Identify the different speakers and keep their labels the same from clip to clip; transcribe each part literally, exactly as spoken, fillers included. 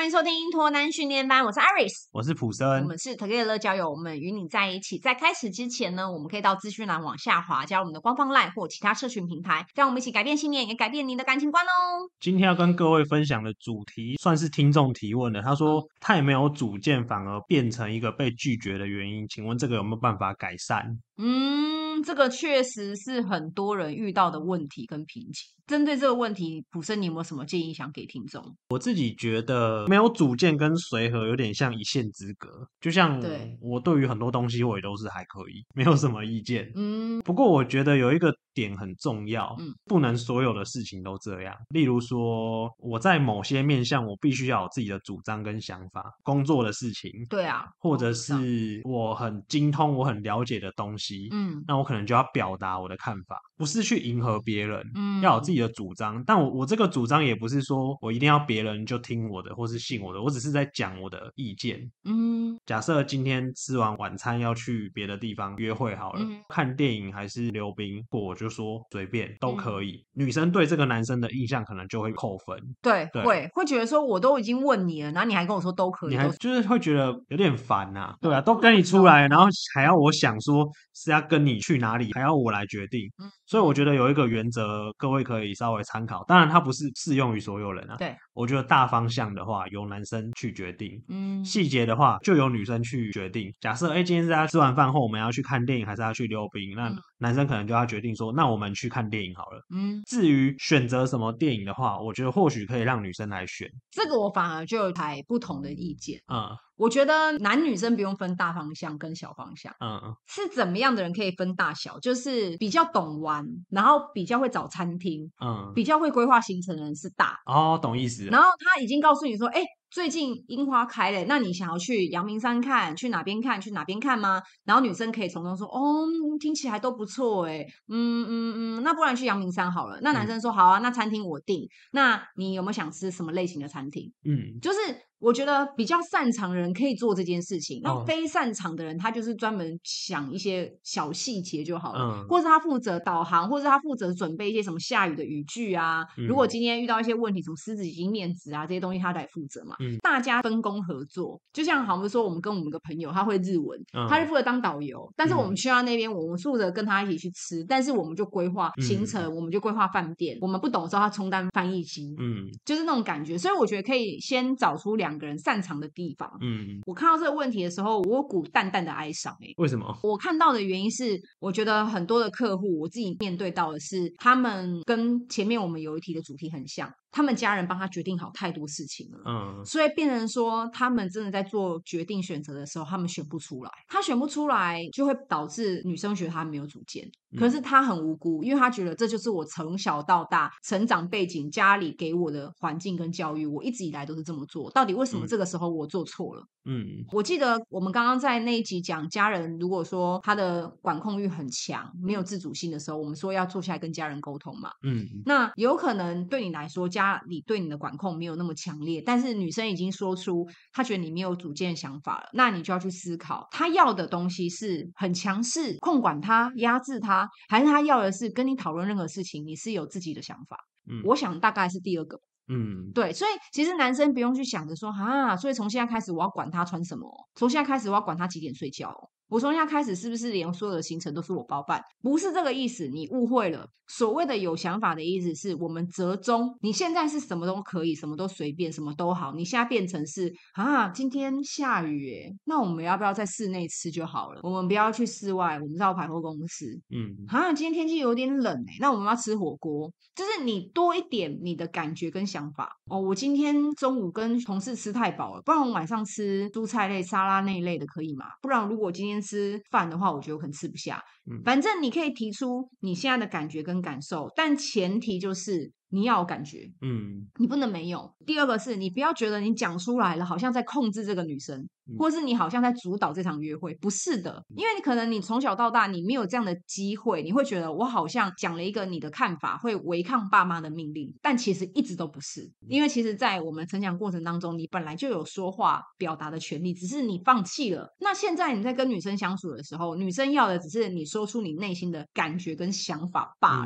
Speaker 1: 欢迎收听脱单训练班，我是 Iris，
Speaker 2: 我是普
Speaker 1: 我
Speaker 2: 森。
Speaker 1: 们是 Together 交友，我们与你在一起。在开始之前呢，我们可以到资讯栏往下滑，加入我们的官方 LINE 或其他社群平台，让我们一起改变信念，也改变您的感情观哦。
Speaker 2: 今天要跟各位分享的主题算是听众提问的，他说太没有主见，反而变成一个被拒绝的原因，请问这个有没有办法改善？
Speaker 1: 嗯，这个确实是很多人遇到的问题跟瓶颈。针对这个问题，普森你有没有什么建议想给听众？
Speaker 2: 我自己觉得没有主见跟随和有点像一线之隔，就像
Speaker 1: 对
Speaker 2: 我对于很多东西我也都是还可以，没有什么意见。
Speaker 1: 嗯
Speaker 2: 不过我觉得有一个点很重要，
Speaker 1: 嗯
Speaker 2: 不能所有的事情都这样。例如说，我在某些面向，我必须要有自己的主张跟想法，工作的事情，
Speaker 1: 对啊，
Speaker 2: 或者
Speaker 1: 工作上
Speaker 2: 是我很精通、我很了解的东西，
Speaker 1: 嗯
Speaker 2: 那我可能就要表达我的看法，不是去迎合别人，
Speaker 1: 嗯
Speaker 2: 要有自己的主张。但我我这个主张也不是说我一定要别人就听我的，或是信我的，我只是在讲我的意见。
Speaker 1: 嗯
Speaker 2: 假设今天吃完晚餐要去别的地方约会好了，
Speaker 1: 嗯
Speaker 2: 看电影还是溜冰，我就说随便都可
Speaker 1: 嗯
Speaker 2: 以。女生对这个男生的印象可能就会扣分，
Speaker 1: 对，
Speaker 2: 对
Speaker 1: 会会觉得说我都已经问你了，然后你还跟我说都可以，都
Speaker 2: 你还就是会觉得有点烦呐、对啊，都跟你出来，然后还要我想说是要跟你去哪里，还要我来决定，
Speaker 1: 嗯
Speaker 2: 所以我觉得有一个原则，各位可以稍微参考。当然，它不是适用于所有人啊。
Speaker 1: 对，
Speaker 2: 我觉得大方向的话，由男生去决定；
Speaker 1: 嗯
Speaker 2: 细节的话，就由女生去决定。假设，哎，今天是在吃完饭后，我们要去看电影，还是要去溜冰？那
Speaker 1: 嗯
Speaker 2: 男生可能就要决定说，那我们去看电影好了。
Speaker 1: 嗯，
Speaker 2: 至于选择什么电影的话，我觉得或许可以让女生来选。
Speaker 1: 这个我反而就有台不同的意见。
Speaker 2: 嗯
Speaker 1: 我觉得男女生不用分大方向跟小方向，
Speaker 2: 嗯嗯
Speaker 1: 是怎么样的人可以分大小？就是比较懂玩，然后比较会找餐厅，
Speaker 2: 嗯，
Speaker 1: 比较会规划行程的人是大。
Speaker 2: 哦，懂意思了。
Speaker 1: 然后他已经告诉你说，哎、最近樱花开了，那你想要去阳明山看，去哪边看，去哪边看吗？然后女生可以从中说，哦，听起来都不错，哎，嗯嗯嗯，那不然去阳明山好了。那男生说，好啊，那餐厅我订。那你有没有想吃什么类型的餐厅？
Speaker 2: 嗯
Speaker 1: 就是我觉得比较擅长的人可以做这件事情，那
Speaker 2: 哦
Speaker 1: 非擅长的人他就是专门想一些小细节就好了，
Speaker 2: 嗯
Speaker 1: 或是他负责导航，或是他负责准备一些什么下雨的语句啊。
Speaker 2: 嗯
Speaker 1: 如果今天遇到一些问题，什么湿纸巾、面纸啊这些东西，他来负责嘛。
Speaker 2: 嗯
Speaker 1: 大家分工合作，就像好比说我们跟我们个朋友，他会日文，
Speaker 2: 嗯
Speaker 1: 他是负责当导游，但是我们
Speaker 2: 嗯
Speaker 1: 去到那边，我们负责跟他一起去吃，但是我们就规划行
Speaker 2: 嗯
Speaker 1: 程，我们就规划饭店，我们不懂的时候他充当翻译机，
Speaker 2: 嗯
Speaker 1: 就是那种感觉。所以我觉得可以先找出两个人擅长的地方。
Speaker 2: 嗯，
Speaker 1: 我看到这个问题的时候，我有股淡淡的哀伤、欸。
Speaker 2: 为什么？
Speaker 1: 我看到的原因是，我觉得很多的客户，我自己面对到的是，他们跟前面我们有一题的主题很像，他们家人帮他决定好太多事情了。
Speaker 2: 嗯
Speaker 1: 所以变成说，他们真的在做决定选择的时候，他们选不出来。他选不出来，就会导致女生觉得他没有主见。可是他很无辜，因为他觉得这就是我从小到大成长背景、家里给我的环境跟教育，我一直以来都是这么做。到底为什么这个时候我做错了？
Speaker 2: 嗯
Speaker 1: 我记得我们刚刚在那一集讲家人，如果说他的管控欲很强，没有自主性的时候，我们说要坐下来跟家人沟通嘛。
Speaker 2: 嗯
Speaker 1: 那有可能对你来说，家里对你的管控没有那么强烈，但是女生已经说出她觉得你没有主见的想法了，那你就要去思考，她要的东西是很强势、控管她、压制她，还是她要的是跟你讨论任何事情，你是有自己的想法？
Speaker 2: 嗯
Speaker 1: 我想大概是第二个。
Speaker 2: 嗯
Speaker 1: 对，所以其实男生不用去想着说啊，所以从现在开始我要管他穿什么，从现在开始我要管他几点睡觉，我从现在开始是不是连所有的行程都是我包办？不是这个意思，你误会了。所谓的有想法的意思是我们折中，你现在是什么都可以，什么都随便，什么都好，你现在变成是啊，今天下雨耶，那我们要不要在室内吃就好了？我们不要去室外，我们到百货公司。
Speaker 2: 嗯
Speaker 1: 啊，今天天气有点冷哎，那我们要吃火锅，就是你多一点你的感觉跟想法哦。我今天中午跟同事吃太饱了，不然我晚上吃蔬菜类、沙拉那一类的可以吗？不然如果今天吃饭的话，我觉得我可能吃不下。
Speaker 2: 嗯
Speaker 1: 反正你可以提出你现在的感觉跟感受，但前提就是你要有感觉，
Speaker 2: 嗯
Speaker 1: 你不能没有。第二个是你不要觉得你讲出来了，好像在控制这个女生，
Speaker 2: 嗯
Speaker 1: 或是你好像在主导这场约会，不是的。因为你可能你从小到大你没有这样的机会，你会觉得我好像讲了一个你的看法，会违抗爸妈的命令，但其实一直都不是。因为其实在我们成长过程当中，你本来就有说话表达的权利，只是你放弃了。那现在你在跟女生相处的时候，女生要的只是你说出你内心的感觉跟想法罢了。
Speaker 2: 嗯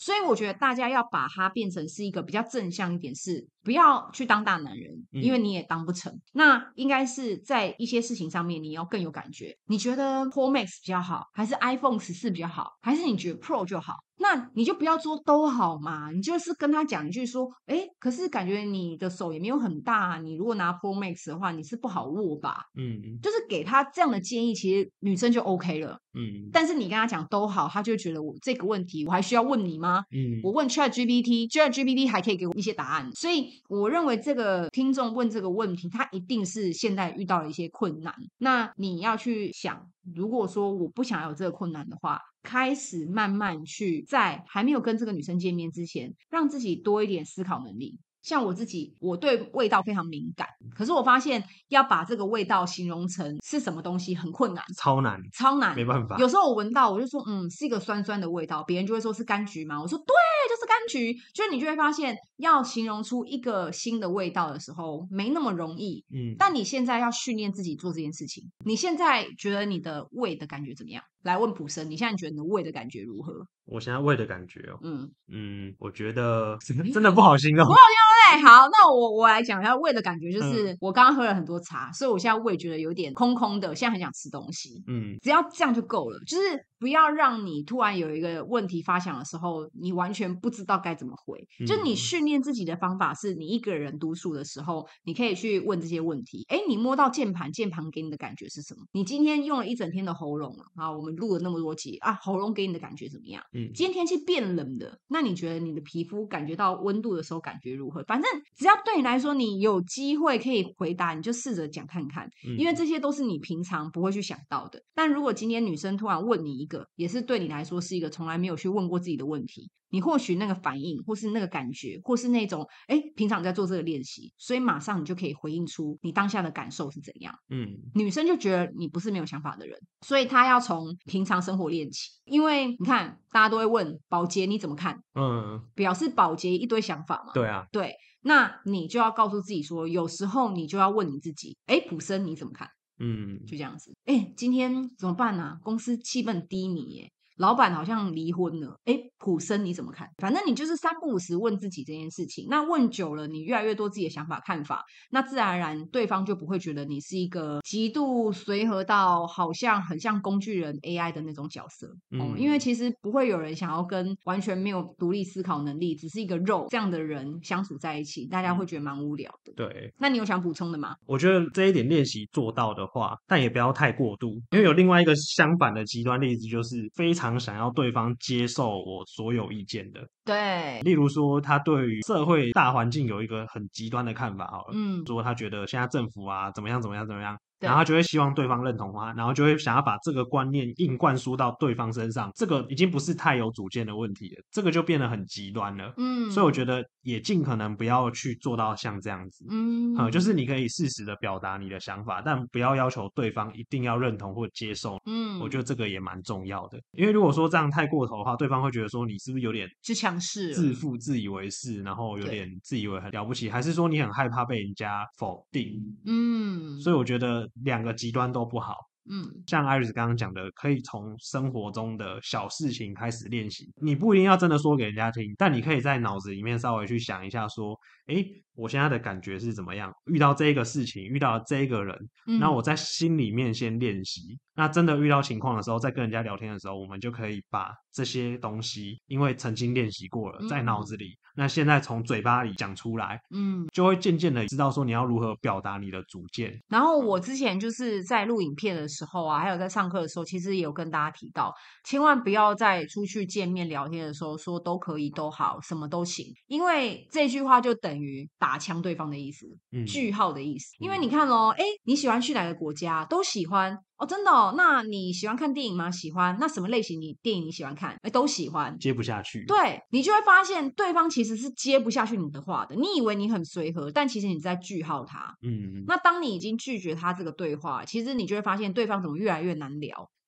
Speaker 1: 所以我觉得大家要把它变成是一个比较正向一点，是不要去当大男人，
Speaker 2: 嗯
Speaker 1: 因为你也当不成。那应该是在一些事情上面你要更有感觉。你觉得 Pro Max 比较好，还是 iPhone 十四比较好，还是你觉得 Pro 就好？那你就不要说都好嘛，你就是跟他讲一句说，哎，可是感觉你的手也没有很大，你如果拿 Pro Max 的话，你是不好握吧？
Speaker 2: 嗯
Speaker 1: 就是给他这样的建议，其实女生就 OK 了。
Speaker 2: 嗯
Speaker 1: 但是你跟他讲都好，他就会觉得我这个问题我还需要问你吗？我
Speaker 2: 嗯
Speaker 1: 问 Chat G P T，Chat G P T 还可以给我一些答案，所以我认为这个听众问这个问题，他一定是现在遇到了一些困难。那你要去想，如果说我不想有这个困难的话，开始慢慢去在还没有跟这个女生见面之前，让自己多一点思考能力。像我自己，我对味道非常敏感，可是我发现要把这个味道形容成是什么东西很困难，
Speaker 2: 超难，
Speaker 1: 超难，
Speaker 2: 没办法。
Speaker 1: 有时候我闻到，我就说，嗯，是一个酸酸的味道，别人就会说是柑橘吗？我说对，就是柑橘。就是你就会发现，要形容出一个新的味道的时候，没那么容易。
Speaker 2: 嗯，
Speaker 1: 但你现在要训练自己做这件事情。你现在觉得你的胃的感觉怎么样？来问普生，你现在觉得你的胃的感觉如何？
Speaker 2: 我现在胃的感觉哦，
Speaker 1: 嗯
Speaker 2: 嗯，我觉得真的不好形容。
Speaker 1: 不好对，好，那我我来讲一下胃的感觉，就
Speaker 2: 嗯
Speaker 1: 是我刚刚喝了很多茶，所以我现在胃觉得有点空空的，现在很想吃东西。
Speaker 2: 嗯
Speaker 1: 只要这样就够了，就是不要让你突然有一个问题发想的时候，你完全不知道该怎么回。
Speaker 2: 嗯
Speaker 1: 就你训练自己的方法是，你一个人独处的时候，你可以去问这些问题。哎，你摸到键盘，键盘给你的感觉是什么？你今天用了一整天的喉咙了啊，我们录了那么多集啊，喉咙给你的感觉怎么样？
Speaker 2: 嗯
Speaker 1: 今天天气变冷的，那你觉得你的皮肤感觉到温度的时候感觉如何？反正只要对你来说，你有机会可以回答，你就试着讲看看，
Speaker 2: 嗯
Speaker 1: 因为这些都是你平常不会去想到的。但如果今天女生突然问你一个，也是对你来说是一个从来没有去问过自己的问题，你或许那个反应，或是那个感觉，或是那种哎，平常在做这个练习，所以马上你就可以回应出你当下的感受是怎样。
Speaker 2: 嗯
Speaker 1: 女生就觉得你不是没有想法的人，所以她要从平常生活练起。因为你看，大家都会问宝洁你怎么看，
Speaker 2: 嗯，
Speaker 1: 表示宝洁一堆想法嘛。
Speaker 2: 对啊，
Speaker 1: 对，那你就要告诉自己说，有时候你就要问你自己，哎，普生你怎么看？
Speaker 2: 嗯
Speaker 1: 就这样子。哎，今天怎么办啊？公司气氛低迷耶，老板好像离婚了。哎，普生你怎么看？反正你就是三不五时问自己这件事情。那问久了，你越来越多自己的想法看法，那自然而然对方就不会觉得你是一个极度随和到好像很像工具人 A I 的那种角色。哦，
Speaker 2: 嗯
Speaker 1: 因为其实不会有人想要跟完全没有独立思考能力，只是一个肉这样的人相处在一起，大家会觉得蛮无聊的。
Speaker 2: 对，
Speaker 1: 那你有想补充的吗？
Speaker 2: 我觉得这一点练习做到的话，但也不要太过度，因为有另外一个相反的极端例子，就是非常想要对方接受我所有意见的。
Speaker 1: 对，
Speaker 2: 例如说，他对于社会大环境有一个很极端的看法，好了，
Speaker 1: 嗯，
Speaker 2: 说他觉得现在政府啊怎么样怎么样怎么样，
Speaker 1: 对
Speaker 2: 然后他就会希望对方认同他，然后就会想要把这个观念硬灌输到对方身上，这个已经不是太有主见的问题了，这个就变得很极端了。
Speaker 1: 嗯，
Speaker 2: 所以我觉得也尽可能不要去做到像这样子。
Speaker 1: 嗯，
Speaker 2: 呃，就是你可以适时的表达你的想法，但不要要求对方一定要认同或接受。
Speaker 1: 嗯，
Speaker 2: 我觉得这个也蛮重要的，因为如果说这样太过头的话，对方会觉得说你是不是有点
Speaker 1: 是强势了
Speaker 2: 自负、自以为是，然后有
Speaker 1: 对
Speaker 2: 点自以为很了不起，还是说你很害怕被人家否定？
Speaker 1: 嗯，
Speaker 2: 所以我觉得两个极端都不好。
Speaker 1: 嗯
Speaker 2: 像 Iris 刚刚讲的，可以从生活中的小事情开始练习。你不一定要真的说给人家听，但你可以在脑子里面稍微去想一下，说，诶，我现在的感觉是怎么样？遇到这个事情，遇到这个人，
Speaker 1: 嗯，
Speaker 2: 那我在心里面先练习。那真的遇到情况的时候，在跟人家聊天的时候，我们就可以把这些东西，因为曾经练习过了，在脑子里，那现在从嘴巴里讲出来，
Speaker 1: 嗯，
Speaker 2: 就会渐渐的知道说你要如何表达你的主见。
Speaker 1: 然后我之前就是在录影片的时候啊，还有在上课的时候，其实也有跟大家提到，千万不要在出去见面聊天的时候说都可以、都好、什么都行，因为这句话就等于打枪对方的意思，
Speaker 2: 嗯
Speaker 1: 句号的意思。因为你看咯，哎，你喜欢去哪个国家？都喜欢。哦，真的哦？那你喜欢看电影吗？喜欢。那什么类型你电影你喜欢看？哎，都喜欢。
Speaker 2: 接不下去，
Speaker 1: 对，你就会发现对方其实是接不下去你的话的。你以为你很随和，但其实你在句号他。
Speaker 2: 嗯，
Speaker 1: 那当你已经拒绝他这个对话，其实你就会发现对方怎么越来越难聊。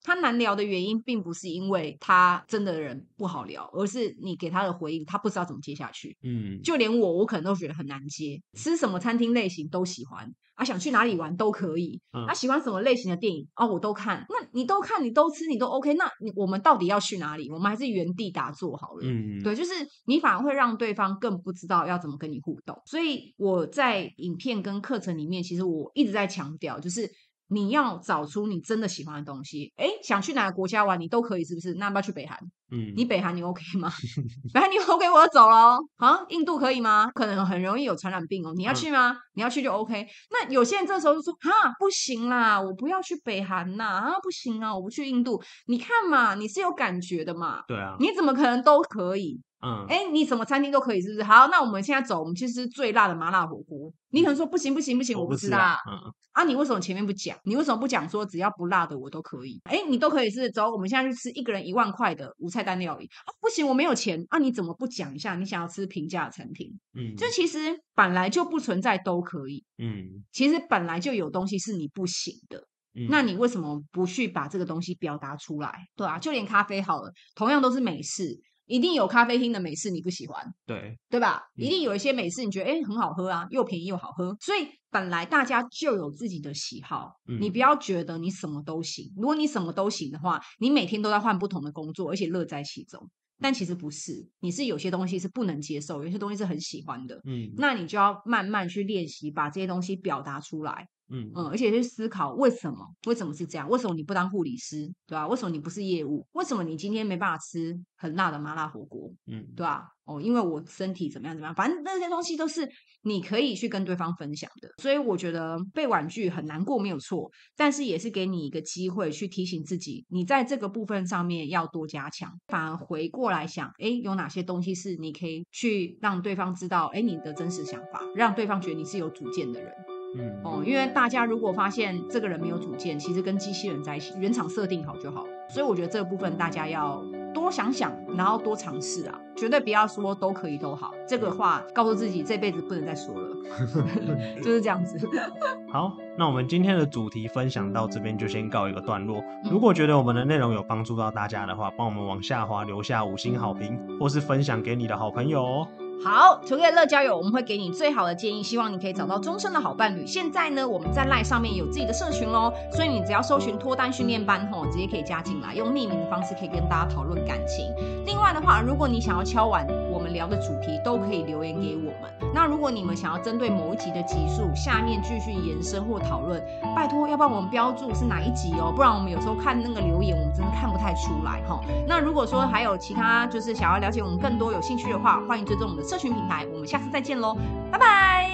Speaker 1: 他难聊的原因并不是因为他真的人不好聊，而是你给他的回应他不知道怎么接下去。
Speaker 2: 嗯，
Speaker 1: 就连我我可能都觉得很难接，吃什么餐厅类型都喜欢啊，想去哪里玩都可以、
Speaker 2: 嗯、
Speaker 1: 啊，喜欢什么类型的电影啊，我都看。那你都看，你都吃，你都 OK， 那你我们到底要去哪里？我们还是原地打坐好了。
Speaker 2: 嗯，
Speaker 1: 对，就是你反而会让对方更不知道要怎么跟你互动。所以我在影片跟课程里面，其实我一直在强调，就是你要找出你真的喜欢的东西。诶，想去哪个国家玩你都可以，是不是？那要不要去北韩？
Speaker 2: 嗯，
Speaker 1: 你北韩你 OK 吗？北韩你 OK 我就走了。啊，印度可以吗？可能很容易有传染病哦。你要去吗？嗯、你要去就 OK。那有些人这时候就说啊，不行啦，我不要去北韩啦，啊，不行啊，我不去印度。你看嘛，你是有感觉的嘛？
Speaker 2: 对啊，
Speaker 1: 你怎么可能都可以？嗯，哎，你什么餐厅都可以，是不是？好，那我们现在走，我们去吃最辣的麻辣火锅。你可能说不行不行不行，我不吃辣。嗯，啊，你为什么前面不讲？你为什么不讲说只要不辣的我都可以？哎，你都可以是走，我们现在去吃一个人一万块的无菜单料理。啊，不行，我没有钱啊，你怎么不讲一下？你想要吃平价的餐厅？嗯，就其实本来就不存在都可以。嗯，其实本来就有东西是你不行的。嗯、那你为什么不去把这个东西表达出来？对啊，就连咖啡好了，同样都是美式。一定有咖啡厅的美式你不喜欢，
Speaker 2: 对
Speaker 1: 对吧？一定有一些美式你觉得哎很好喝啊，又便宜又好喝，所以本来大家就有自己的喜好，嗯、你不要觉得你什么都行。如果你什么都行的话，你每天都在换不同的工作，而且乐在其中。但其实不是，你是有些东西是不能接受，有些东西是很喜欢的，嗯，那你就要慢慢去练习，把这些东西表达出来。嗯嗯，而且去思考为什么为什么是这样？为什么你不当护理师，对吧？为什么你不是业务？为什么你今天没办法吃很辣的麻辣火锅？嗯，对吧？哦，因为我身体怎么样怎么样，反正那些东西都是你可以去跟对方分享的。所以我觉得被婉拒很难过没有错，但是也是给你一个机会去提醒自己，你在这个部分上面要多加强。反而回过来想，哎，有哪些东西是你可以去让对方知道，哎，你的真实想法，让对方觉得你是有主见的人。嗯哦，因为大家如果发现这个人没有主见，其实跟机器人在一起，原厂设定好就好。所以我觉得这个部分大家要多想想，然后多尝试啊，绝对不要说都可以都好。这个话告诉自己这辈子不能再说了，就是这样子。
Speaker 2: 好，那我们今天的主题分享到这边就先告一个段落。如果觉得我们的内容有帮助到大家的话，帮我们往下滑留下五星好评，或是分享给你的好朋友哦。
Speaker 1: 好，求给乐交友，我们会给你最好的建议，希望你可以找到终身的好伴侣。现在呢，我们在 LINE 上面有自己的社群咯，所以你只要搜寻脱单训练班吼，直接可以加进来，用匿名的方式可以跟大家讨论感情。另外的话，如果你想要敲完我们聊的主题，都可以留言给我们。那如果你们想要针对某一集的集数下面继续延伸或讨论，拜托要帮我们标注是哪一集哦，不然我们有时候看那个留言，我们真的看不太出来哈。那如果说还有其他就是想要了解我们更多有兴趣的话，欢迎追踪我们的社群平台，我们下次再见咯，拜拜。